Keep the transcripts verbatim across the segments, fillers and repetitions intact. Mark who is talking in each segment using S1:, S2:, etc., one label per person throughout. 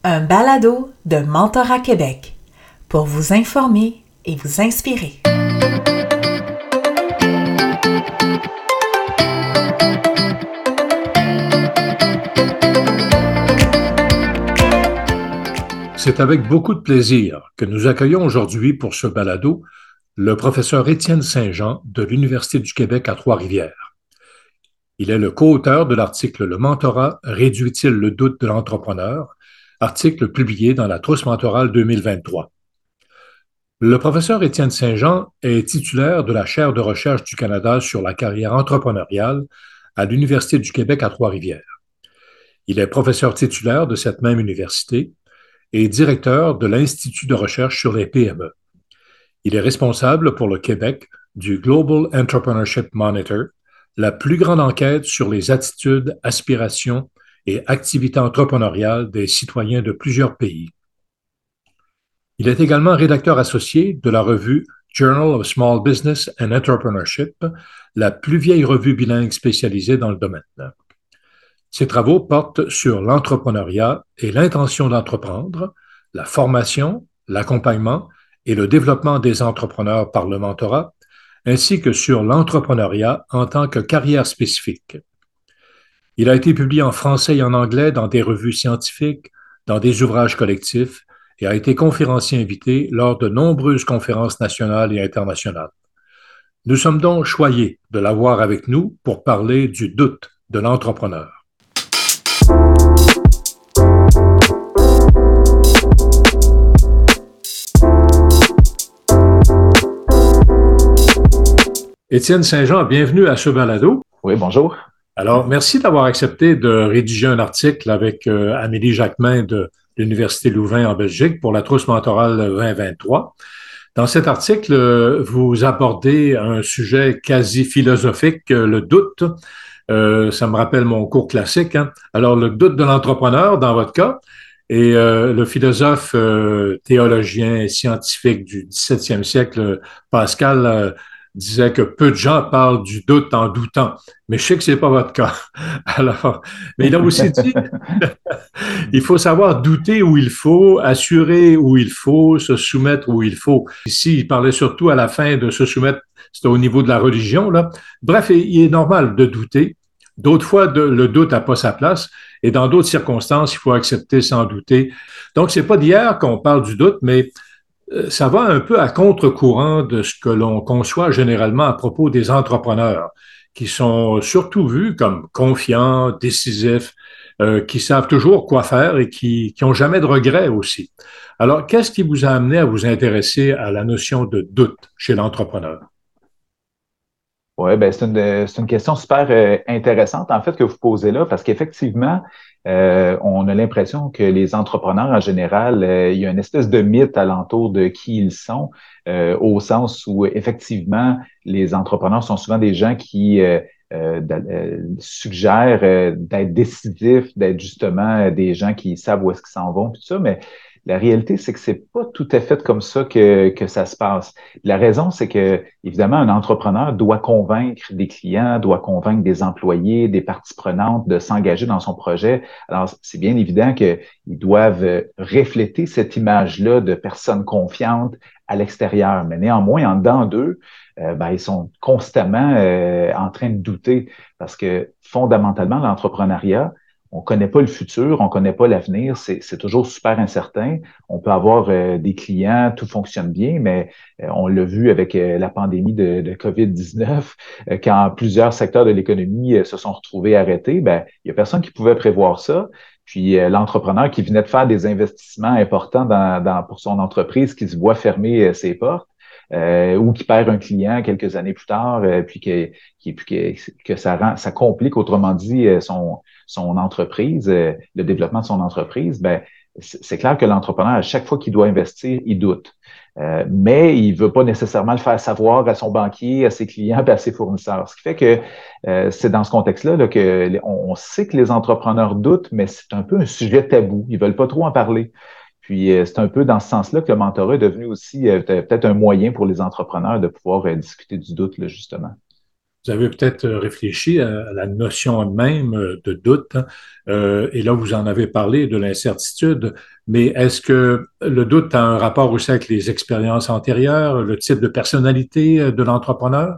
S1: Un balado de Mentorat Québec pour vous informer et vous inspirer.
S2: C'est avec beaucoup de plaisir que nous accueillons aujourd'hui pour ce balado le professeur Étienne Saint-Jean de l'Université du Québec à Trois-Rivières. Il est le co-auteur de l'article Le mentorat réduit-il le doute de l'entrepreneur, article publié dans la Trousse mentorale deux mille vingt-trois. Le professeur Étienne Saint-Jean est titulaire de la chaire de recherche du Canada sur la carrière entrepreneuriale à l'Université du Québec à Trois-Rivières. Il est professeur titulaire de cette même université et directeur de l'Institut de recherche sur les P M E. Il est responsable pour le Québec du Global Entrepreneurship Monitor, la plus grande enquête sur les attitudes, aspirations et activités entrepreneuriales des citoyens de plusieurs pays. Il est également rédacteur associé de la revue Journal of Small Business and Entrepreneurship, la plus vieille revue bilingue spécialisée dans le domaine. Ses travaux portent sur l'entrepreneuriat et l'intention d'entreprendre, la formation, l'accompagnement et le développement des entrepreneurs par le mentorat, ainsi que sur l'entrepreneuriat en tant que carrière spécifique. Il a été publié en français et en anglais dans des revues scientifiques, dans des ouvrages collectifs et a été conférencier invité lors de nombreuses conférences nationales et internationales. Nous sommes donc choyés de l'avoir avec nous pour parler du doute de l'entrepreneur. Étienne Saint-Jean, bienvenue à ce balado.
S3: Oui, bonjour.
S2: Alors, merci d'avoir accepté de rédiger un article avec euh, Amélie Jacquemin de l'Université Louvain en Belgique pour la Trousse mentorale vingt vingt-trois. Dans cet article, euh, vous abordez un sujet quasi philosophique, euh, le doute. Euh, ça me rappelle mon cours classique, hein? Alors, le doute de l'entrepreneur, dans votre cas, et euh, le philosophe euh, théologien et scientifique du dix-septième siècle, Pascal, euh, disait que peu de gens parlent du doute en doutant. Mais je sais que c'est pas votre cas. Alors, mais il a aussi dit, il faut savoir douter où il faut, assurer où il faut, se soumettre où il faut. Ici, il parlait surtout à la fin de se soumettre, c'était au niveau de la religion, là. Bref, il est normal de douter. D'autres fois, de, le doute n'a pas sa place. Et dans d'autres circonstances, il faut accepter sans douter. Donc, c'est pas d'hier qu'on parle du doute, mais ça va un peu à contre-courant de ce que l'on conçoit généralement à propos des entrepreneurs, qui sont surtout vus comme confiants, décisifs, euh, qui savent toujours quoi faire et qui qui ont jamais de regrets aussi. Alors, qu'est-ce qui vous a amené à vous intéresser à la notion de doute chez l'entrepreneur?
S3: Oui, ben c'est une, c'est une question super euh, intéressante, en fait, que vous posez là, parce qu'effectivement, euh, on a l'impression que les entrepreneurs, en général, euh, il y a une espèce de mythe alentour de qui ils sont, euh, au sens où, effectivement, les entrepreneurs sont souvent des gens qui euh, euh, euh, suggèrent euh, d'être décisifs, d'être justement des gens qui savent où est-ce qu'ils s'en vont, tout ça, mais la réalité, c'est que c'est pas tout à fait comme ça que, que ça se passe. La raison, c'est que, évidemment, un entrepreneur doit convaincre des clients, doit convaincre des employés, des parties prenantes de s'engager dans son projet. Alors, c'est bien évident qu'ils doivent refléter cette image-là de personnes confiantes à l'extérieur. Mais néanmoins, en dedans d'eux, euh, ben, ils sont constamment euh, en train de douter parce que, fondamentalement, l'entrepreneuriat, on ne connaît pas le futur, on ne connaît pas l'avenir, c'est, c'est toujours super incertain. On peut avoir euh, des clients, tout fonctionne bien, mais euh, on l'a vu avec euh, la pandémie de, de covid dix-neuf, euh, quand plusieurs secteurs de l'économie euh, se sont retrouvés arrêtés, ben, il n'y a personne qui pouvait prévoir ça. Puis euh, l'entrepreneur qui venait de faire des investissements importants dans, dans, pour son entreprise, qui se voit fermer euh, ses portes, euh, ou qui perd un client quelques années plus tard, euh, puis que, qui, puis que, que ça rend, ça complique, autrement dit, euh, son son entreprise, euh, le développement de son entreprise, ben, c'est clair que l'entrepreneur, à chaque fois qu'il doit investir, il doute. Euh, mais il ne veut pas nécessairement le faire savoir à son banquier, à ses clients et à ses fournisseurs. Ce qui fait que euh, c'est dans ce contexte-là là, que les, on, on sait que les entrepreneurs doutent, mais c'est un peu un sujet tabou. Ils ne veulent pas trop en parler. Puis euh, c'est un peu dans ce sens-là que le mentorat est devenu aussi euh, peut-être un moyen pour les entrepreneurs de pouvoir euh, discuter du doute, là, justement.
S2: vous avez peut-être réfléchi à la notion même de doute, hein, euh, et là, vous en avez parlé de l'incertitude, mais est-ce que le doute a un rapport aussi avec les expériences antérieures, le type de personnalité de l'entrepreneur?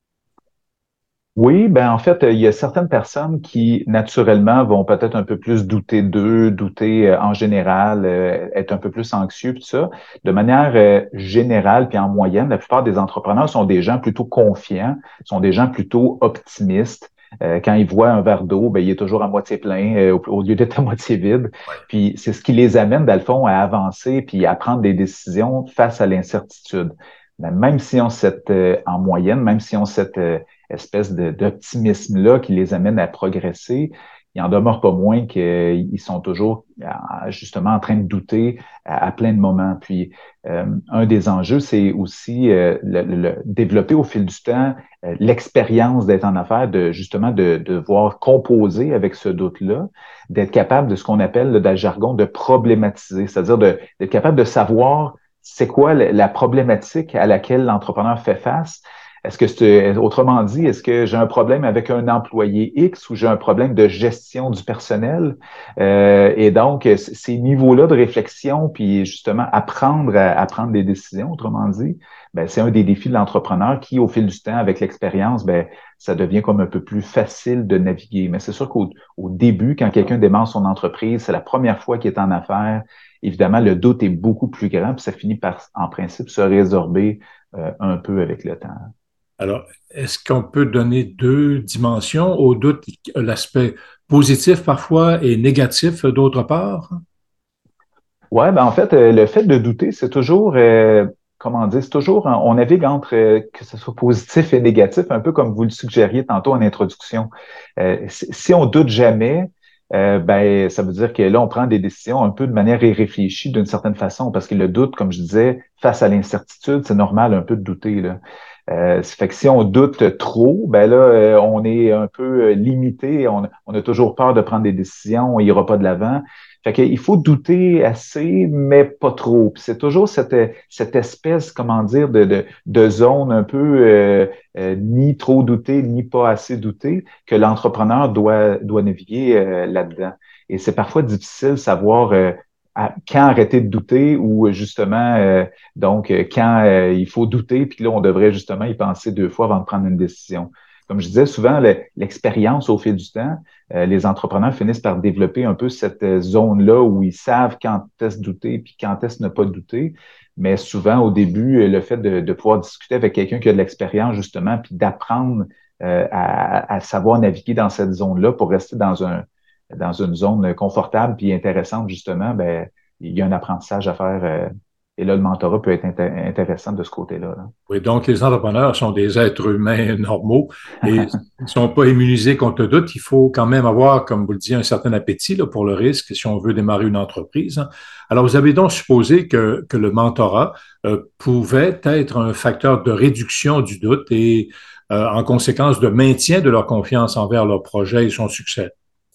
S3: Oui, ben en fait, il y a certaines personnes qui, naturellement, vont peut-être un peu plus douter d'eux, douter euh, en général, euh, être un peu plus anxieux, tout ça. De manière euh, générale, puis en moyenne, la plupart des entrepreneurs sont des gens plutôt confiants, sont des gens plutôt optimistes. Euh, quand ils voient un verre d'eau, ben, il est toujours à moitié plein euh, au, au lieu d'être à moitié vide. Puis c'est ce qui les amène, dans le fond, à avancer puis à prendre des décisions face à l'incertitude. Mais même si on cette, euh, en moyenne, même si on cette euh, espèce de- d'optimisme-là qui les amène à progresser, il en demeure pas moins qu'ils sont toujours euh, justement en train de douter à, à plein de moments. Puis, euh, un des enjeux, c'est aussi euh, le, le- développer au fil du temps euh, l'expérience d'être en affaires, de justement de, de voir composer avec ce doute-là, d'être capable de ce qu'on appelle là, dans le jargon de problématiser, c'est-à-dire de- d'être capable de savoir c'est quoi la la problématique à laquelle l'entrepreneur fait face. Est-ce que c'est, autrement dit, est-ce que j'ai un problème avec un employé X ou j'ai un problème de gestion du personnel? Euh, et donc, c- ces niveaux-là de réflexion, puis justement apprendre à, à prendre des décisions, autrement dit, ben, c'est un des défis de l'entrepreneur qui, au fil du temps, avec l'expérience, ben, ça devient comme un peu plus facile de naviguer. Mais c'est sûr qu'au au début, quand quelqu'un démarre son entreprise, c'est la première fois qu'il est en affaires, évidemment, le doute est beaucoup plus grand, puis ça finit par, en principe, se résorber euh, un peu avec le temps.
S2: Alors, est-ce qu'on peut donner deux dimensions au doute, l'aspect positif parfois et négatif d'autre part?
S3: Ouais, ben en fait, euh, le fait de douter, c'est toujours, euh, comment dire, c'est toujours, un- on navigue entre euh, que ce soit positif et négatif, un peu comme vous le suggériez tantôt en introduction. Euh, si, si on doute jamais, euh, ben ça veut dire que là, on prend des décisions un peu de manière irréfléchie d'une certaine façon, parce que le doute, comme je disais, face à l'incertitude, c'est normal un peu de douter, là. Euh, ça fait que si on doute trop, ben là, euh, on est un peu euh, limité, on, on a toujours peur de prendre des décisions, on ira pas de l'avant. Fait qu'il faut douter assez, mais pas trop. Puis c'est toujours cette, cette espèce, comment dire, de, de, de zone un peu euh, euh, ni trop douter, ni pas assez douter que l'entrepreneur doit, doit naviguer euh, là-dedans. Et c'est parfois difficile de savoir euh, à- quand arrêter de douter ou justement, euh, donc, euh, quand euh, il faut douter, puis là, on devrait justement y penser deux fois avant de prendre une décision. Comme je disais, souvent, le- l'expérience au fil du temps, euh, les entrepreneurs finissent par développer un peu cette euh, zone-là où ils savent quand est-ce douter puis quand est-ce ne pas douter. Mais souvent, au début, euh, le fait de, de pouvoir discuter avec quelqu'un qui a de l'expérience, justement, puis d'apprendre euh, à, à savoir naviguer dans cette zone-là pour rester dans un, dans une zone confortable puis intéressante, justement, ben, il y a un apprentissage à faire. euh, et là, le mentorat peut être inté- intéressant de ce côté-là, là.
S2: Oui, donc les entrepreneurs sont des êtres humains normaux et ils ne sont pas immunisés contre le doute. Il faut quand même avoir, comme vous le disiez, un certain appétit là, pour le risque si on veut démarrer une entreprise, hein. Alors, vous avez donc supposé que, que le mentorat euh, pouvait être un facteur de réduction du doute et, euh, en conséquence, de maintien de leur confiance envers leur projet et son succès.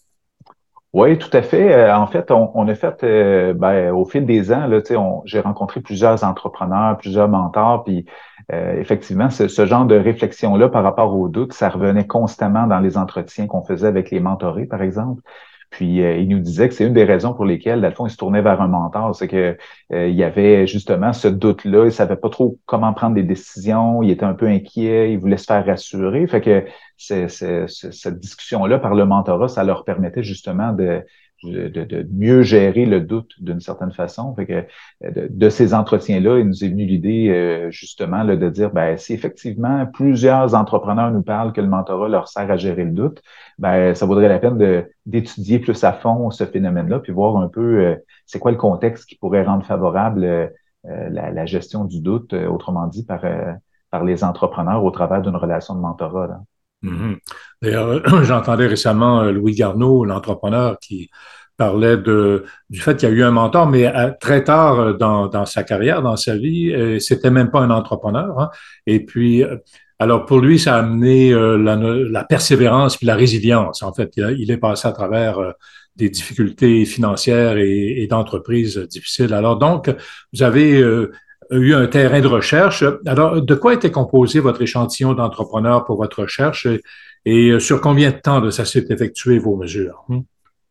S3: Oui, tout à fait. Euh, en fait, on, on a fait, euh, ben, au fil des ans, là, tu sais, on- j'ai rencontré plusieurs entrepreneurs, plusieurs mentors, puis euh, effectivement, ce, ce genre de réflexion-là par rapport au doute, ça revenait constamment dans les entretiens qu'on faisait avec les mentorés, par exemple. Puis euh, ils nous disaient que c'est une des raisons pour lesquelles, dans le fond, ils se tournaient vers un mentor, c'est que euh, il y avait justement ce doute-là, ils savaient pas trop comment prendre des décisions, ils étaient un peu inquiets, ils voulaient se faire rassurer. Fait que c'est- c'est- c'est- cette discussion-là par le mentorat, ça leur permettait justement de, de, de mieux gérer le doute d'une certaine façon. Fait que euh, de, de ces entretiens-là, il nous est venu l'idée euh, justement là, de dire, ben, si effectivement plusieurs entrepreneurs nous parlent que le mentorat leur sert à gérer le doute, ben, ça vaudrait la peine de, d'étudier plus à fond ce phénomène-là, puis voir un peu euh, c'est quoi le contexte qui pourrait rendre favorable euh, euh, la, la gestion du doute, euh, autrement dit, par, euh, par les entrepreneurs au travers d'une relation de mentorat, là.
S2: Mhm. D'ailleurs, j'entendais récemment euh, Louis Garneau, l'entrepreneur, qui parlait de, du fait qu'il y a eu un mentor, mais à- très tard euh, dans, dans sa carrière, dans sa vie, euh, c'était même pas un entrepreneur, hein. Et puis, euh, alors pour lui, ça a amené euh, la, no- la persévérance puis la résilience. En fait, il, a- il est passé à travers euh, des difficultés financières et, et d'entreprises difficiles. Alors donc, vous avez euh, eu un terrain de recherche. Alors, de quoi était composé votre échantillon d'entrepreneurs pour votre recherche et, et sur combien de temps de ça s'est effectué, vos mesures? Hmm?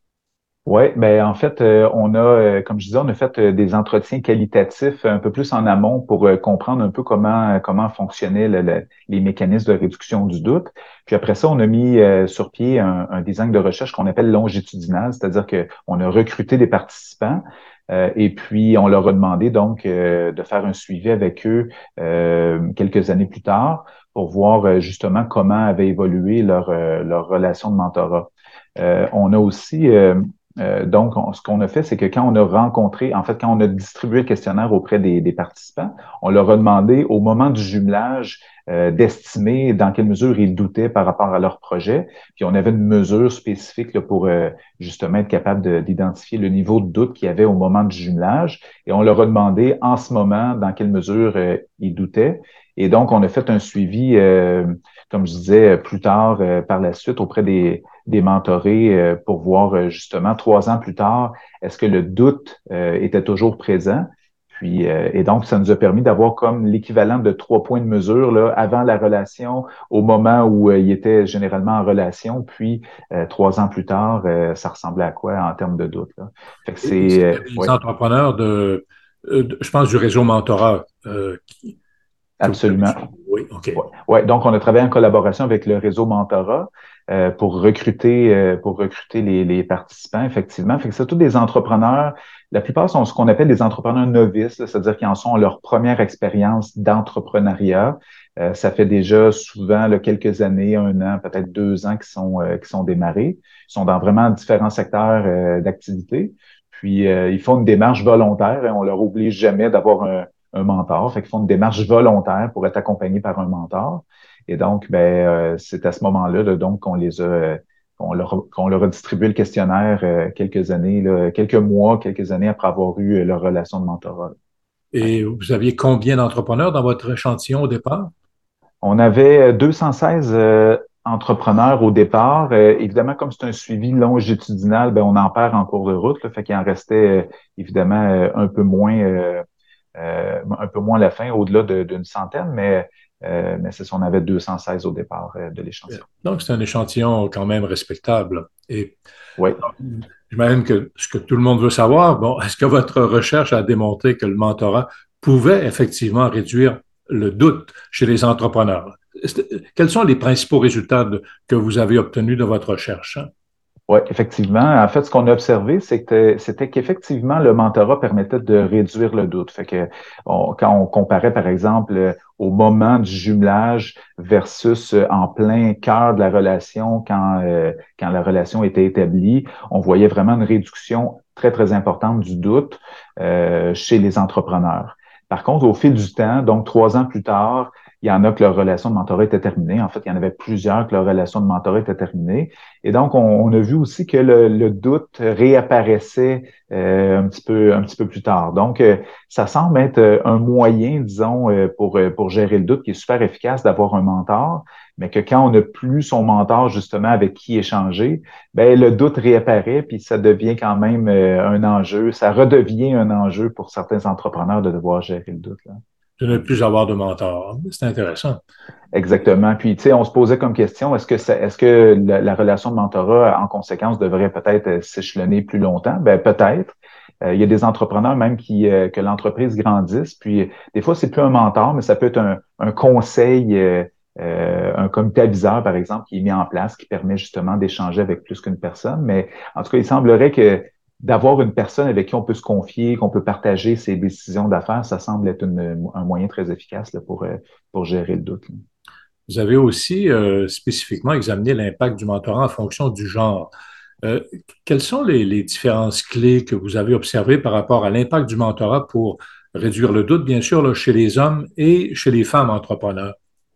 S3: Oui, ben en fait, euh, on a, euh, comme je disais, on a fait euh, des entretiens qualitatifs un peu plus en amont pour euh, comprendre un peu comment comment fonctionnaient le- le- les mécanismes de réduction du doute. Puis après ça, on a mis euh, sur pied un, un design de recherche qu'on appelle longitudinal, c'est-à-dire que on a recruté des participants euh, et puis on leur a demandé donc euh, de faire un suivi avec eux euh, quelques années plus tard pour voir euh, justement comment avait évolué leur euh, leur relation de mentorat. Euh, on a aussi euh, euh, donc, on- ce qu'on a fait, c'est que quand on a rencontré, en fait, quand on a distribué le questionnaire auprès des, des participants, on leur a demandé au moment du jumelage euh, d'estimer dans quelle mesure ils doutaient par rapport à leur projet. Puis on avait une mesure spécifique là, pour euh, justement être capable de- d'identifier le niveau de doute qu'il y avait au moment du jumelage. Et on leur a demandé en ce moment dans quelle mesure euh, ils doutaient. Et donc, on a fait un suivi, euh, comme je disais, plus tard, euh, par la suite, auprès des des mentorés euh, pour voir euh, justement trois ans plus tard, est-ce que le doute euh, était toujours présent? Puis, euh, et donc, ça nous a permis d'avoir comme l'équivalent de trois points de mesure là, avant la relation, au moment où euh, il était généralement en relation, puis euh, trois ans plus tard, euh, ça ressemblait à quoi en termes de doute, là? Fait que
S2: Et, et
S3: c'est, euh,
S2: c'était des
S3: oui,
S2: entrepreneurs de, euh, de- je pense, du réseau mentorat euh, qui- que vous avez
S3: absolument.
S2: suivi. Oui, OK.
S3: Ouais. Ouais, donc on a travaillé en collaboration avec le réseau Mentorat euh, pour recruter euh, pour recruter les, les participants, effectivement. Fait que c'est tous des entrepreneurs. La plupart sont ce qu'on appelle des entrepreneurs novices, là, c'est-à-dire qu'ils en sont à leur première expérience d'entrepreneuriat. Euh, ça fait déjà souvent là, quelques années, un an, peut-être deux ans qui sont euh, qui sont démarrés. Ils sont dans vraiment différents secteurs euh, d'activité. Puis euh, ils font une démarche volontaire et on leur oblige jamais d'avoir un un mentor. Fait qu'ils font une démarche volontaire pour être accompagnés par un mentor. Et donc, ben, euh, c'est à ce moment-là, là, donc, qu'on les a, euh, qu'on leur, qu'on leur a distribué le questionnaire euh, quelques années, là, quelques mois, quelques années après avoir eu euh, leur relation de mentorat. Ouais.
S2: Et vous aviez combien d'entrepreneurs dans votre échantillon au départ?
S3: On avait deux cent seize euh, entrepreneurs au départ. Euh, évidemment, comme c'est un suivi longitudinal, ben, on en perd en cours de route. Là, fait qu'il en restait euh, évidemment euh, un peu moins euh, euh, un peu moins à la fin, au-delà de- d'une centaine, mais, euh, mais c'est ça, on avait deux cent seize au départ euh, de l'échantillon.
S2: Donc, c'est un échantillon quand même respectable. Et
S3: Oui.
S2: j'imagine que ce que tout le monde veut savoir, bon, est-ce que votre recherche a démontré que le mentorat pouvait effectivement réduire le doute chez les entrepreneurs? Quels sont les principaux résultats de- que vous avez obtenus de votre recherche? Hein?
S3: Oui, effectivement. En fait, ce qu'on a observé, c'est que c'était qu'effectivement, le mentorat permettait de réduire le doute. Fait que on- quand on comparait, par exemple, euh, au moment du jumelage versus euh, en plein cœur de la relation, quand, euh, quand la relation était établie, on voyait vraiment une réduction très, très importante du doute euh, chez les entrepreneurs. Par contre, au fil du temps, donc trois ans plus tard, il y en a que leur relation de mentorat était terminée. En fait, il y en avait plusieurs que leur relation de mentorat était terminée. Et donc, on, on a vu aussi que le, le doute réapparaissait euh, un petit peu, un petit peu plus tard. Donc, euh, ça semble être euh, un moyen, disons, euh, pour, euh, pour gérer le doute qui est super efficace d'avoir un mentor, mais que quand on n'a plus son mentor, justement, avec qui échanger, ben, le doute réapparaît, puis ça devient quand même euh, un enjeu. Ça redevient un enjeu pour certains entrepreneurs de devoir gérer le doute, là.
S2: De ne
S3: Ouais.
S2: plus avoir de mentor. C'est intéressant.
S3: Exactement. Puis, tu sais, on se posait comme question, est-ce que ça, est-ce que la, la relation de mentorat, en conséquence, devrait peut-être euh, s'échelonner plus longtemps? Ben, peut-être. Euh, il y a des entrepreneurs même qui, euh, que l'entreprise grandisse. Puis, euh, des fois, c'est plus un mentor, mais ça peut être un, un conseil, euh, euh, un comité aviseur, par exemple, qui est mis en place, qui permet justement d'échanger avec plus qu'une personne. Mais en tout cas, il semblerait que d'avoir une personne avec qui on peut se confier, qu'on peut partager ses décisions d'affaires, ça semble être une- un moyen très efficace là, pour, euh, pour gérer le doute, là.
S2: Vous avez aussi euh, spécifiquement examiné l'impact du mentorat en fonction du genre. Euh, quelles sont les, les différences clés que vous avez observées par rapport à l'impact du mentorat pour réduire le doute, bien sûr, là, chez les hommes et chez les femmes entrepreneurs?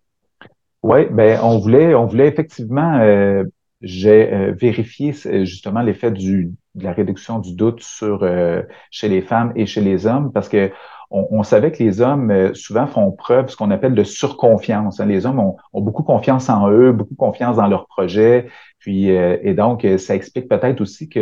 S3: Oui, ben on voulait, on voulait effectivement euh, j'ai euh, vérifié euh, justement l'effet du de la réduction du doute sur euh, chez les femmes et chez les hommes parce que on, on savait que les hommes euh, souvent font preuve de ce qu'on appelle de surconfiance, hein. Les hommes ont, ont beaucoup confiance en eux, beaucoup confiance dans leurs projets, puis euh, et donc euh, ça explique peut-être aussi que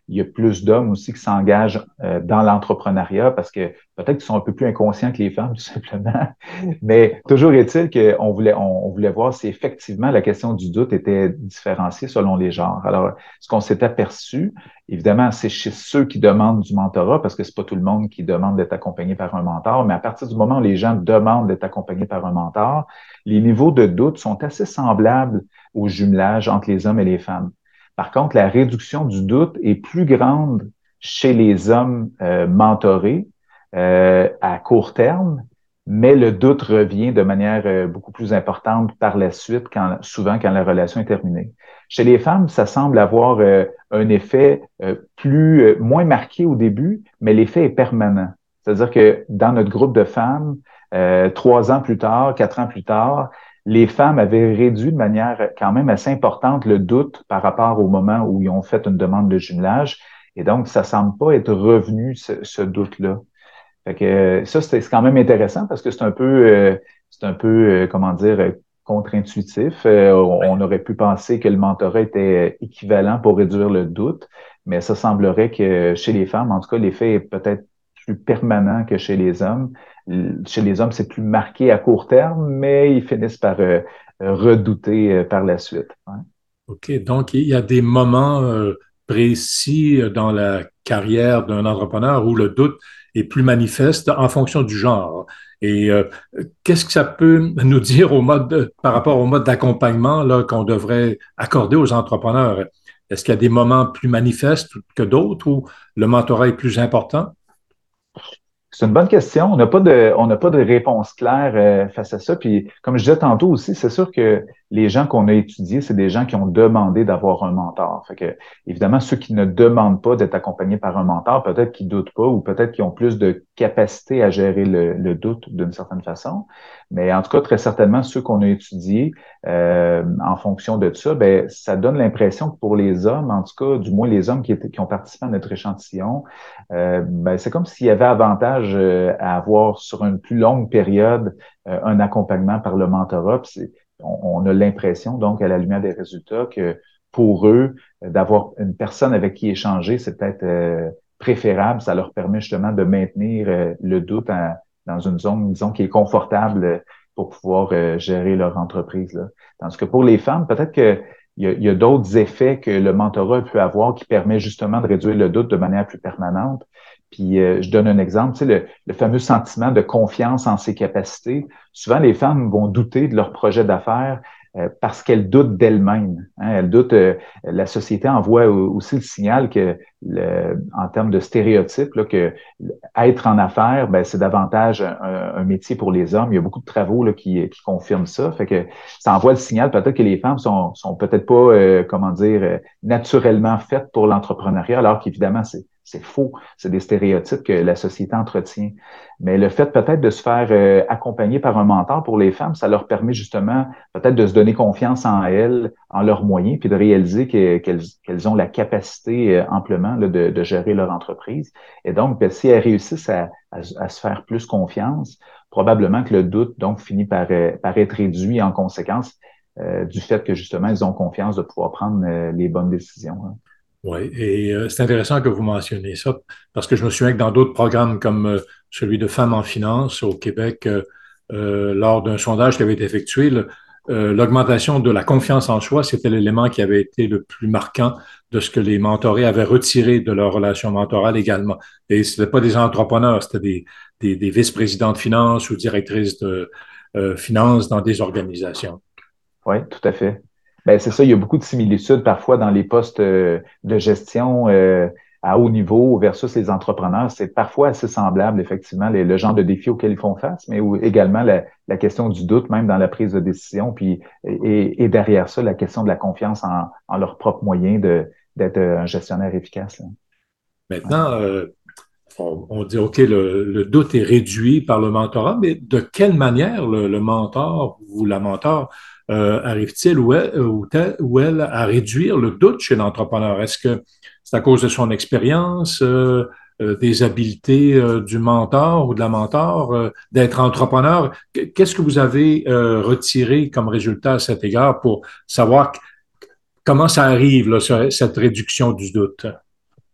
S3: il y a plus d'hommes aussi qui s'engagent euh, dans l'entrepreneuriat parce que peut-être qu'ils sont un peu plus inconscients que les femmes, tout simplement. Mais toujours est-il qu'on voulait, on, on voulait voir si effectivement la question du doute était différenciée selon les genres. Alors, ce qu'on s'est aperçu, évidemment, c'est chez ceux qui demandent du mentorat, parce que c'est pas tout le monde qui demande d'être accompagné par un mentor, mais à partir du moment où les gens demandent d'être accompagnés par un mentor, les niveaux de doute sont assez semblables au jumelage entre les hommes et les femmes. Par contre, la réduction du doute est plus grande chez les hommes euh, mentorés euh, à court terme, mais le doute revient de manière euh, beaucoup plus importante par la suite, quand, souvent quand la relation est terminée. Chez les femmes, ça semble avoir euh, un effet euh, plus euh, moins marqué au début, mais l'effet est permanent. C'est-à-dire que dans notre groupe de femmes, euh, trois ans plus tard, quatre ans plus tard, les femmes avaient réduit de manière quand même assez importante le doute par rapport au moment où ils ont fait une demande de jumelage. Et donc, ça semble pas être revenu, ce, ce doute-là. Fait que ça, c'est quand même intéressant parce que c'est un peu, euh, c'est un peu, euh, comment dire, euh, contre-intuitif. Euh, on aurait pu penser que le mentorat était équivalent pour réduire le doute, mais ça semblerait que chez les femmes, en tout cas, l'effet est peut-être plus permanent que chez les hommes. Chez les hommes, c'est plus marqué à court terme, mais ils finissent par euh, redouter euh, par la suite. Ouais.
S2: OK, donc il y a des moments euh, précis dans la carrière d'un entrepreneur où le doute est plus manifeste en fonction du genre. Et euh, qu'est-ce que ça peut nous dire au mode de- par rapport au mode d'accompagnement là, qu'on devrait accorder aux entrepreneurs? Est-ce qu'il y a des moments plus manifestes que d'autres où le mentorat est plus important?
S3: C'est une bonne question. On n'a pas de, on n'a pas de réponse claire euh, face à ça. Puis, comme je disais tantôt aussi, c'est sûr que les gens qu'on a étudiés, c'est des gens qui ont demandé d'avoir un mentor. Fait que, évidemment, ceux qui ne demandent pas d'être accompagnés par un mentor, peut-être qu'ils doutent pas ou peut-être qu'ils ont plus de capacité à gérer le, le doute d'une certaine façon. Mais en tout cas, très certainement, ceux qu'on a étudiés, euh, en fonction de ça, ben, ça donne l'impression que pour les hommes, en tout cas, du moins les hommes qui, étaient, qui ont participé à notre échantillon, euh, ben, c'est comme s'il y avait avantage euh, à avoir sur une plus longue période euh, un accompagnement par le mentorat. Puis c'est- on, on a l'impression, donc, à la lumière des résultats, que pour eux, euh, d'avoir une personne avec qui échanger, c'est peut-être euh, préférable. Ça leur permet justement de maintenir euh, le doute en- dans une zone, disons, qui est confortable euh, pour pouvoir euh, gérer leur entreprise, là. Tandis que pour les femmes, peut-être que il y a, il y a d'autres effets que le mentorat peut avoir qui permet justement de réduire le doute de manière plus permanente. Puis euh, je donne un exemple, tu sais, le, le fameux sentiment de confiance en ses capacités. Souvent, les femmes vont douter de leur projet d'affaires euh, parce qu'elles doutent d'elles-mêmes. Hein. Elles doutent, euh, la société envoie aussi le signal que, le, en termes de stéréotypes, là, que être en affaires, ben, c'est davantage un, un, métier pour les hommes. Il y a beaucoup de travaux là, qui, qui confirment ça. Fait que ça envoie le signal peut-être que les femmes sont, sont peut-être pas, euh, comment dire, euh, naturellement faites pour l'entrepreneuriat, alors qu'évidemment, c'est c'est faux. C'est des stéréotypes que la société entretient. Mais le fait peut-être de se faire euh, accompagner par un mentor pour les femmes, ça leur permet justement peut-être de se donner confiance en elles, en leurs moyens, puis de réaliser que, qu'elles, qu'elles ont la capacité euh, amplement là, de, de gérer leur entreprise. Et donc, ben, si elles réussissent à, à, à se faire plus confiance, probablement que le doute donc finit par, euh, par être réduit en conséquence euh, du fait que justement, ils ont confiance de pouvoir prendre euh, les bonnes décisions. Hein.
S2: Oui, et euh, c'est intéressant que vous mentionniez ça parce que je me souviens que dans d'autres programmes comme euh, celui de Femmes en finance au Québec, euh, euh, lors d'un sondage qui avait été effectué, le- euh, l'augmentation de la confiance en soi, c'était l'élément qui avait été le plus marquant de ce que les mentorés avaient retiré de leur relation mentorale également. Et ce n'étaient pas des entrepreneurs, c'était des, des, des vice-présidents de finances ou directrices de euh, finances dans des organisations.
S3: Oui, tout à fait. Ben, c'est ça, il y a beaucoup de similitudes parfois dans les postes euh, de gestion euh, à haut niveau versus les entrepreneurs. C'est parfois assez semblable, effectivement, les- le genre de défis auxquels ils font face, mais où également la, la question du doute, même dans la prise de décision, puis et, et derrière ça, la question de la confiance en, en leurs propres moyens de, d'être un gestionnaire efficace. Là. Ouais.
S2: Maintenant, euh, on, on dit, OK, le, le doute est réduit par le mentorat, mais de quelle manière le, le mentor ou la mentor euh, arrive-t-il ou elle, ou, tel- ou elle à réduire le doute chez l'entrepreneur? Est-ce que c'est à cause de son expérience, euh, euh, des habiletés euh, du mentor ou de la mentor, euh, d'être entrepreneur? Qu- Qu'est-ce que vous avez euh, retiré comme résultat à cet égard pour savoir comment ça arrive, là, ce- cette réduction du doute?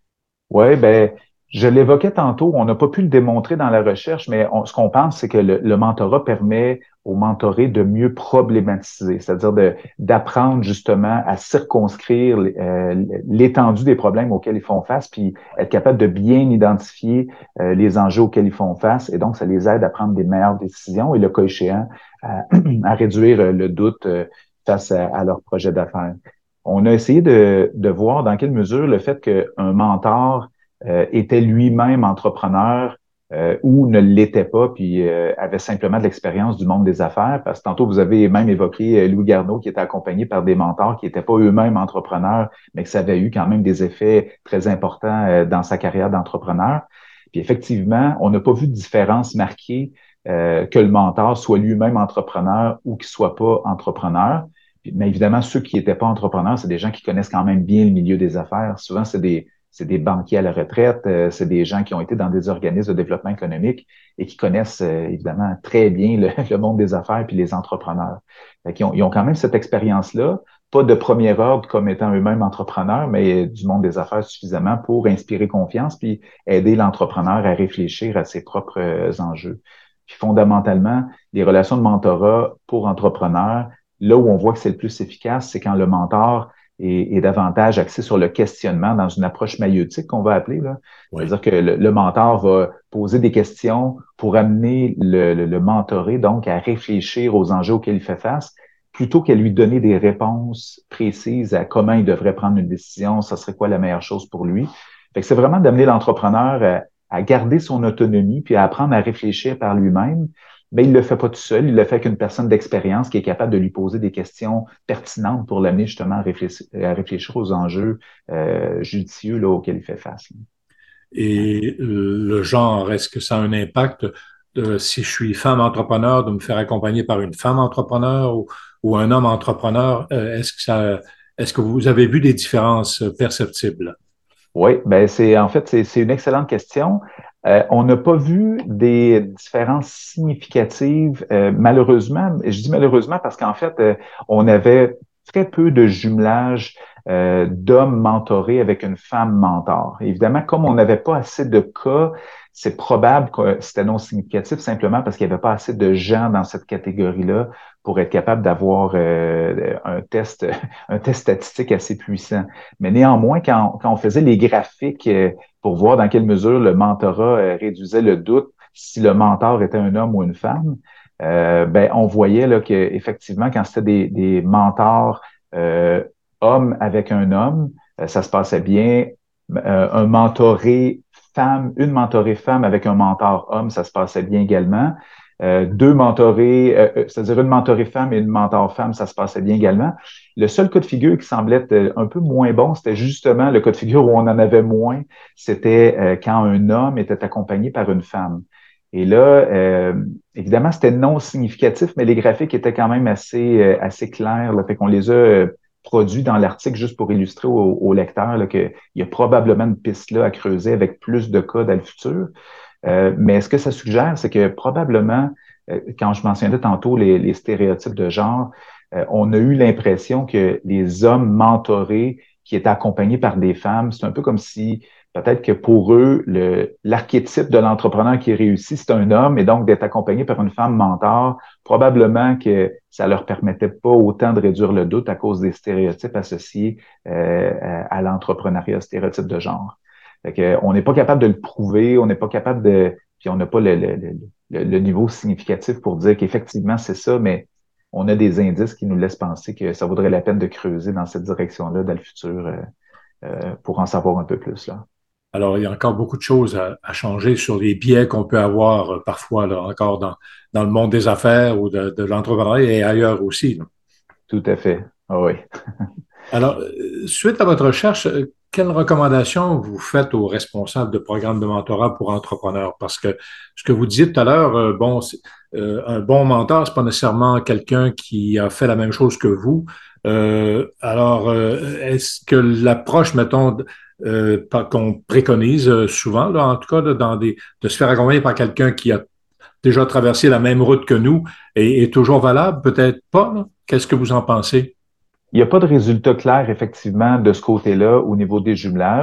S3: Oui, ben, je l'évoquais tantôt, on n'a pas pu le démontrer dans la recherche, mais on- ce qu'on pense, c'est que le, le mentorat permet aux mentorés de mieux problématiser, c'est-à-dire de, d'apprendre justement à circonscrire euh, l'étendue des problèmes auxquels ils font face, puis être capable de bien identifier euh, les enjeux auxquels ils font face, et donc ça les aide à prendre des meilleures décisions et le cas échéant, à, à réduire le doute euh, face à, à leur projet d'affaires. On a essayé de, de voir dans quelle mesure le fait qu'un mentor euh, était lui-même entrepreneur euh, ou ne l'était pas, puis euh, avait simplement de l'expérience du monde des affaires. Parce que tantôt, vous avez même évoqué euh, Louis Garneau, qui était accompagné par des mentors qui n'étaient pas eux-mêmes entrepreneurs, mais que ça avait eu quand même des effets très importants euh, dans sa carrière d'entrepreneur. Puis effectivement, on n'a pas vu de différence marquée euh, que le mentor soit lui-même entrepreneur ou qu'il soit pas entrepreneur. Mais évidemment, ceux qui n'étaient pas entrepreneurs, c'est des gens qui connaissent quand même bien le milieu des affaires. Souvent, c'est des, c'est des banquiers à la retraite, euh, c'est des gens qui ont été dans des organismes de développement économique et qui connaissent euh, évidemment très bien le, le monde des affaires puis les entrepreneurs. Fait qu'ils ont, ils ont quand même cette expérience-là, pas de premier ordre comme étant eux-mêmes entrepreneurs, mais du monde des affaires suffisamment pour inspirer confiance puis aider l'entrepreneur à réfléchir à ses propres euh, enjeux. Puis fondamentalement, les relations de mentorat pour entrepreneurs, là où on voit que c'est le plus efficace, c'est quand le mentor est, est davantage axé sur le questionnement dans une approche maïeutique qu'on va appeler, là.
S2: Oui.
S3: C'est-à-dire que le, le mentor va poser des questions pour amener le, le, le mentoré donc à réfléchir aux enjeux auxquels il fait face, plutôt qu'à lui donner des réponses précises à comment il devrait prendre une décision, ça serait quoi la meilleure chose pour lui. Fait que c'est vraiment d'amener l'entrepreneur à, à garder son autonomie puis à apprendre à réfléchir par lui-même, mais il le fait pas tout seul, il le fait avec une personne d'expérience qui est capable de lui poser des questions pertinentes pour l'amener justement à réfléchir, à réfléchir aux enjeux euh, judicieux là, auxquels il fait face. Ouais.
S2: Et euh, le genre, est-ce que ça a un impact de, si je suis femme entrepreneur, de me faire accompagner par une femme entrepreneur ou, ou un homme entrepreneur? Euh, est-ce que ça, est-ce que vous avez vu des différences perceptibles?
S3: Oui, ben c'est en fait c'est c'est une excellente question. Euh, on n'a pas vu des différences significatives, euh, malheureusement. Je dis malheureusement parce qu'en fait, euh, on avait très peu de jumelage euh, d'hommes mentorés avec une femme mentor. Évidemment, comme on n'avait pas assez de cas, c'est probable que c'était non significatif simplement parce qu'il n'y avait pas assez de gens dans cette catégorie-là pour être capable d'avoir euh, un test, un test statistique assez puissant. Mais néanmoins, quand, quand on faisait les graphiques euh, pour voir dans quelle mesure le mentorat euh, réduisait le doute si le mentor était un homme ou une femme, euh, ben, on voyait là, qu'effectivement, quand c'était des, des mentors euh, hommes avec un homme, euh, ça se passait bien. Euh, un mentoré femme, une mentorée femme avec un mentor homme, ça se passait bien également. Euh, deux mentorés, euh, euh, c'est-à-dire une mentorée femme et une mentor femme, ça se passait bien également. Le seul cas de figure qui semblait être euh, un peu moins bon, c'était justement le cas de figure où on en avait moins, c'était euh, quand un homme était accompagné par une femme. Et là, euh, évidemment, c'était non significatif, mais les graphiques étaient quand même assez, euh, assez clairs. Là, fait qu'on les a euh, produits dans l'article juste pour illustrer aux, aux lecteurs qu'il y a probablement une piste là à creuser avec plus de cas dans le futur. Euh, mais ce que ça suggère, c'est que probablement, euh, quand je mentionnais tantôt les, les stéréotypes de genre, euh, on a eu l'impression que les hommes mentorés qui étaient accompagnés par des femmes, c'est un peu comme si peut-être que pour eux, le, l'archétype de l'entrepreneur qui réussit, c'est un homme, et donc d'être accompagné par une femme mentor, probablement que ça leur permettait pas autant de réduire le doute à cause des stéréotypes associés euh, à l'entrepreneuriat, stéréotypes de genre. Fait que, on n'est pas capable de le prouver, on n'est pas capable de, puis on n'a pas le, le, le, le niveau significatif pour dire qu'effectivement c'est ça, mais on a des indices qui nous laissent penser que ça vaudrait la peine de creuser dans cette direction-là dans le futur euh, euh, pour en savoir un peu plus là.
S2: Alors, il y a encore beaucoup de choses à, à changer sur les biais qu'on peut avoir euh, parfois là, encore dans, dans le monde des affaires ou de, de l'entrepreneuriat et ailleurs aussi, là.
S3: Tout à fait. Ah oui.
S2: Alors, euh, suite à votre recherche, euh, quelles recommandations vous faites aux responsables de programmes de mentorat pour entrepreneurs? Parce que ce que vous disiez tout à l'heure, euh, bon, c'est- euh, un bon mentor, c'est pas nécessairement quelqu'un qui a fait la même chose que vous. Euh, alors, euh, est-ce que l'approche, mettons, euh, par- qu'on préconise euh, souvent, là, en tout cas, là, dans des, de se faire accompagner par quelqu'un qui a déjà traversé la même route que nous est, est toujours valable? Peut-être pas, là. Qu'est-ce que vous en pensez?
S3: Il n'y a pas de résultat clair, effectivement, de ce côté-là au niveau des jumelages.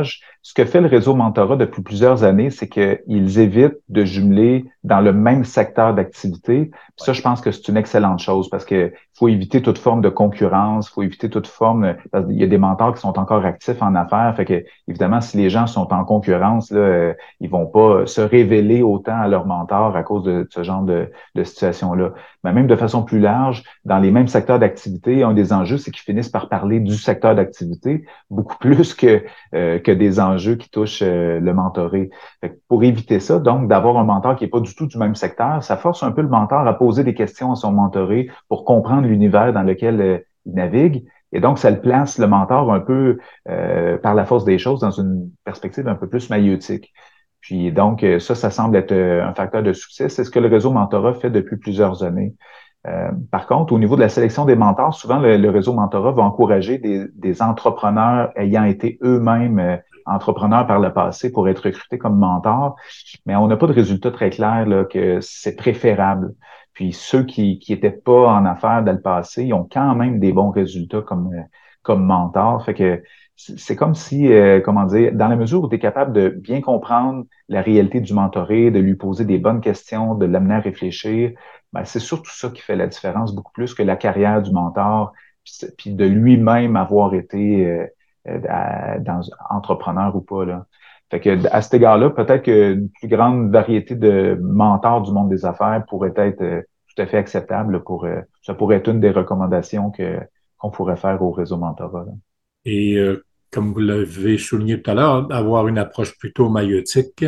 S3: ce que fait le réseau mentorat depuis plusieurs années, c'est qu'ils évitent de jumeler dans le même secteur d'activité. Ça, je pense que c'est une excellente chose parce que faut éviter toute forme de concurrence, faut éviter toute forme, parce qu'il y a des mentors qui sont encore actifs en affaires, fait que évidemment, si les gens sont en concurrence, là, euh, ils vont pas se révéler autant à leur mentor à cause de ce genre de, de situation-là. Mais même de façon plus large, dans les mêmes secteurs d'activité, un des enjeux, c'est qu'ils finissent par parler du secteur d'activité beaucoup plus que euh, que des enjeux qui touchent euh, le mentoré. Fait que pour éviter ça, donc, d'avoir un mentor qui n'est pas du tout du même secteur, ça force un peu le mentor à poser des questions à son mentoré pour comprendre l'univers dans lequel euh, il navigue. Et donc, ça le place, le mentor, un peu euh, par la force des choses, dans une perspective un peu plus maïeutique. Puis donc, euh, ça, ça semble être euh, un facteur de succès. C'est ce que le réseau mentorat fait depuis plusieurs années. Euh, par contre, au niveau de la sélection des mentors, souvent le, le réseau mentorat va encourager des, des entrepreneurs ayant été eux-mêmes euh, entrepreneurs par le passé pour être recrutés comme mentors, mais on n'a pas de résultat très clair là, que c'est préférable. Puis ceux qui qui étaient pas en affaires dans le passé, ils ont quand même des bons résultats comme euh, comme mentors. Fait que c'est c'est comme si, euh, comment dire, dans la mesure où tu es capable de bien comprendre la réalité du mentoré, de lui poser des bonnes questions, de l'amener à réfléchir, ben, c'est surtout ça qui fait la différence, beaucoup plus que la carrière du mentor, puis puis de lui-même avoir été euh, euh, à- dans, entrepreneur ou pas, là. Fait que à cet égard-là, peut-être qu'une plus grande variété de mentors du monde des affaires pourrait être euh, tout à fait acceptable là, pour euh, ça pourrait être une des recommandations que qu'on pourrait faire au réseau mentorat, là.
S2: Et euh, comme vous l'avez souligné tout à l'heure, avoir une approche plutôt maïeutique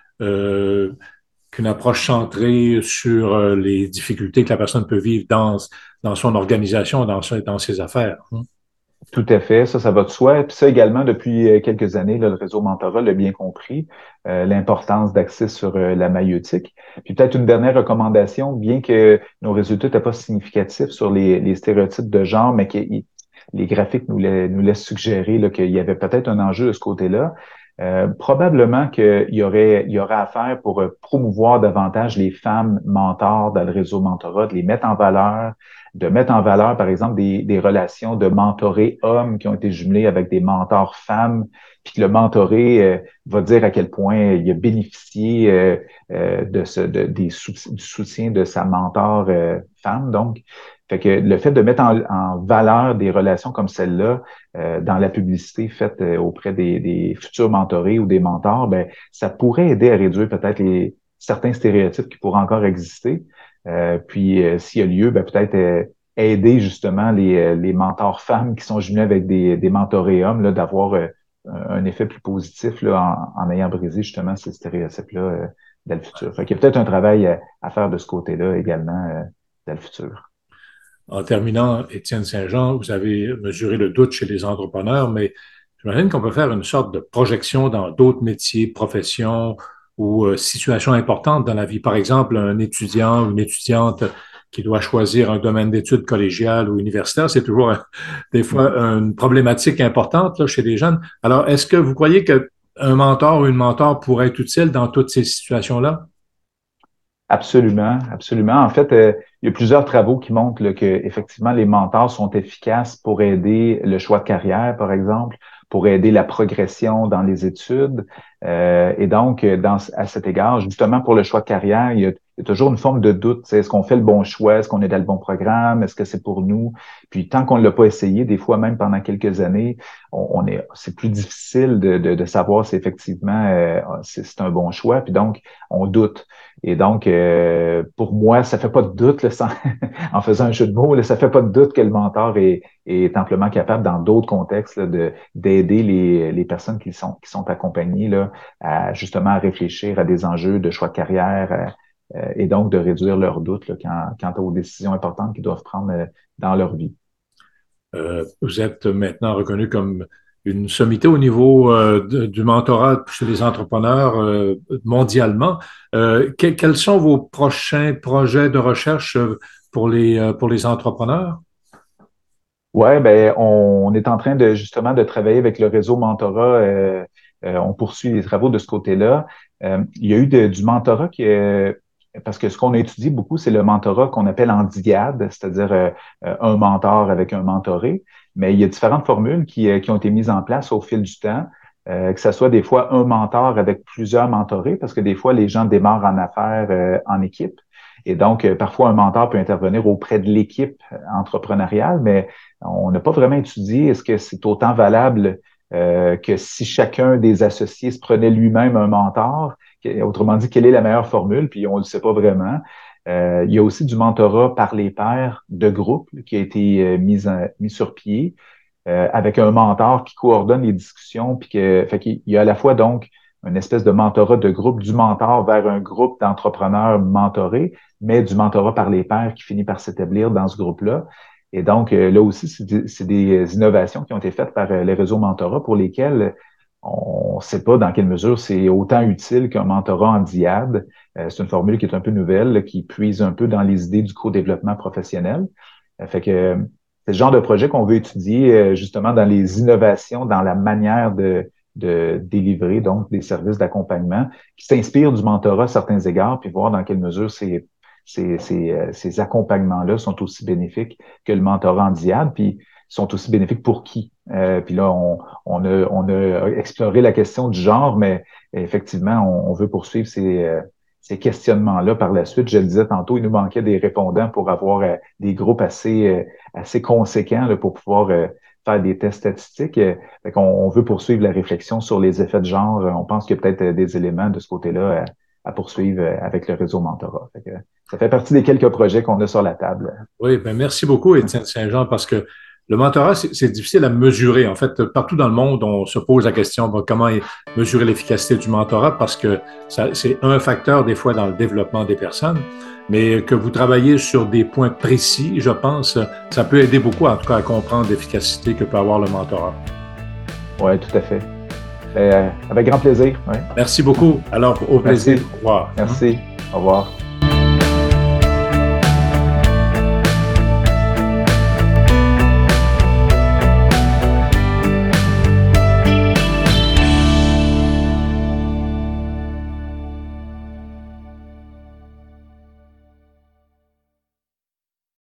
S2: euh, qu'une approche centrée sur euh, les difficultés que la personne peut vivre dans, dans son organisation, dans, ses- dans ses affaires. Hein.
S3: Tout à fait, ça, ça va de soi. Puis ça également, depuis euh, quelques années, là, le réseau Mentorat l'a bien compris, euh, l'importance d'axer sur euh, la maïeutique. Puis peut-être une dernière recommandation, bien que nos résultats n'étaient pas significatifs sur les, les stéréotypes de genre, mais que i- les graphiques nous, la- nous laissent suggérer là, qu'il y avait peut-être un enjeu de ce côté-là. Euh, probablement qu'il y aurait, il y aurait à faire pour euh, promouvoir davantage les femmes mentors dans le réseau Mentorat, de les mettre en valeur, de mettre en valeur, par exemple, des, des relations de mentorés hommes qui ont été jumelées avec des mentors femmes, puis que le mentoré euh, va dire à quel point il a bénéficié euh, euh, de ce, de, des sout- du soutien de sa mentor euh, femme. Donc, fait que le fait de mettre en, en valeur des relations comme celle-là euh, dans la publicité faite euh, auprès des, des futurs mentorés ou des mentors, ben, ça pourrait aider à réduire peut-être les certains stéréotypes qui pourraient encore exister. Euh, puis, euh, s'il y a lieu, ben, peut-être euh, aider justement les, euh, les mentors femmes qui sont jumelés avec des, des mentorés hommes, là, d'avoir euh, un un effet plus positif là, en, en ayant brisé justement ces stéréotypes-là euh, dans le futur. Fait qu'il y a peut-être un travail à, à faire de ce côté-là également euh, dans le futur.
S2: En terminant, Étienne Saint-Jean, vous avez mesuré le doute chez les entrepreneurs, mais j'imagine qu'on peut faire une sorte de projection dans d'autres métiers, professions ou euh, situations importantes dans la vie. Par exemple, un étudiant ou une étudiante qui doit choisir un domaine d'études collégial ou universitaire, c'est toujours un- des fois une problématique importante là, chez les jeunes. Alors, est-ce que vous croyez qu'un mentor ou une mentor pourrait être utile dans toutes ces situations-là?
S3: Absolument, absolument. En fait, euh, il y a plusieurs travaux qui montrent là, que effectivement les mentors sont efficaces pour aider le choix de carrière, par exemple, pour aider la progression dans les études. Euh, et donc, euh, dans, à cet égard, justement pour le choix de carrière, il y a, il y a toujours une forme de doute. Tu sais, est-ce qu'on fait le bon choix? Est-ce qu'on est dans le bon programme? Est-ce que c'est pour nous? Puis tant qu'on ne l'a pas essayé, des fois même pendant quelques années, on, on est, c'est plus difficile de, de, de savoir si effectivement euh, c'est c'est un bon choix. Puis donc, on doute. Et donc, euh, pour moi, ça fait pas de doute, là, sans- en faisant un jeu de mots, là, ça fait pas de doute que le mentor est, est amplement capable, dans d'autres contextes, là, de, d'aider les, les personnes qui sont, qui sont accompagnées là, à justement à réfléchir à des enjeux de choix de carrière euh, euh, et donc de réduire leurs doutes là, quant, quant aux décisions importantes qu'ils doivent prendre euh, dans leur vie.
S2: Euh, vous êtes maintenant reconnu comme une sommité au niveau euh, de- du mentorat chez les entrepreneurs euh, mondialement. Euh, que- quels sont vos prochains projets de recherche euh, pour les, euh, pour les entrepreneurs?
S3: Ouais, ben on, on est en train de justement de travailler avec le réseau mentorat. Euh, euh, on poursuit les travaux de ce côté-là. Euh, il y a eu de- du mentorat qui est parce que ce qu'on étudie beaucoup, c'est le mentorat qu'on appelle en diade, c'est-à-dire euh, euh, un mentor avec un mentoré. Mais il y a différentes formules qui, euh, qui ont été mises en place au fil du temps. euh, que ce soit des fois un mentor avec plusieurs mentorés, parce que des fois, les gens démarrent en affaires euh, en équipe. Et donc, euh, parfois, un mentor peut intervenir auprès de l'équipe entrepreneuriale, mais on n'a pas vraiment étudié est-ce que c'est autant valable euh, que si chacun des associés se prenait lui-même un mentor. Autrement dit, quelle est la meilleure formule? Puis on ne le sait pas vraiment. Euh, il y a aussi du mentorat par les pairs de groupe qui a été euh, mis, en, mis sur pied euh, avec un mentor qui coordonne les discussions. Puis que, fait qu'il y a à la fois donc une espèce de mentorat de groupe du mentor vers un groupe d'entrepreneurs mentorés, mais du mentorat par les pairs qui finit par s'établir dans ce groupe-là. Et donc, euh, là aussi, c'est des, c'est des innovations qui ont été faites par euh, les réseaux mentorat pour lesquels on ne sait pas dans quelle mesure c'est autant utile qu'un mentorat en dyade. Euh, c'est une formule qui est un peu nouvelle, là, qui puise un peu dans les idées du co-développement professionnel. Euh, fait que euh, c'est le genre de projet qu'on veut étudier euh, justement dans les innovations, dans la manière de, de délivrer donc des services d'accompagnement qui s'inspirent du mentorat à certains égards, puis voir dans quelle mesure c'est Ces, ces, ces accompagnements-là sont aussi bénéfiques que le mentorat en dyade, puis sont aussi bénéfiques pour qui? Euh, puis là, on, on, a, on a exploré la question du genre, mais effectivement, on, on veut poursuivre ces, ces questionnements-là par la suite. Je le disais tantôt, il nous manquait des répondants pour avoir euh, des groupes assez, assez conséquents là, pour pouvoir euh, faire des tests statistiques. Euh, fait qu'on, on veut poursuivre la réflexion sur les effets de genre. On pense qu'il y a peut-être des éléments de ce côté-là à, à poursuivre avec le réseau mentorat. Fait que, ça fait partie des quelques projets qu'on a sur la table.
S2: Oui, ben merci beaucoup, Étienne Saint-Jean, parce que le mentorat, c'est, c'est difficile à mesurer. En fait, partout dans le monde, on se pose la question de comment mesurer l'efficacité du mentorat, parce que ça, c'est un facteur des fois dans le développement des personnes, mais que vous travaillez sur des points précis, je pense, ça peut aider beaucoup, en tout cas, à comprendre l'efficacité que peut avoir le mentorat.
S3: Oui, tout à fait. Euh, avec grand plaisir. Ouais.
S2: Merci beaucoup. Alors, au plaisir.
S3: Merci.
S2: Au revoir.
S3: Merci. Au revoir.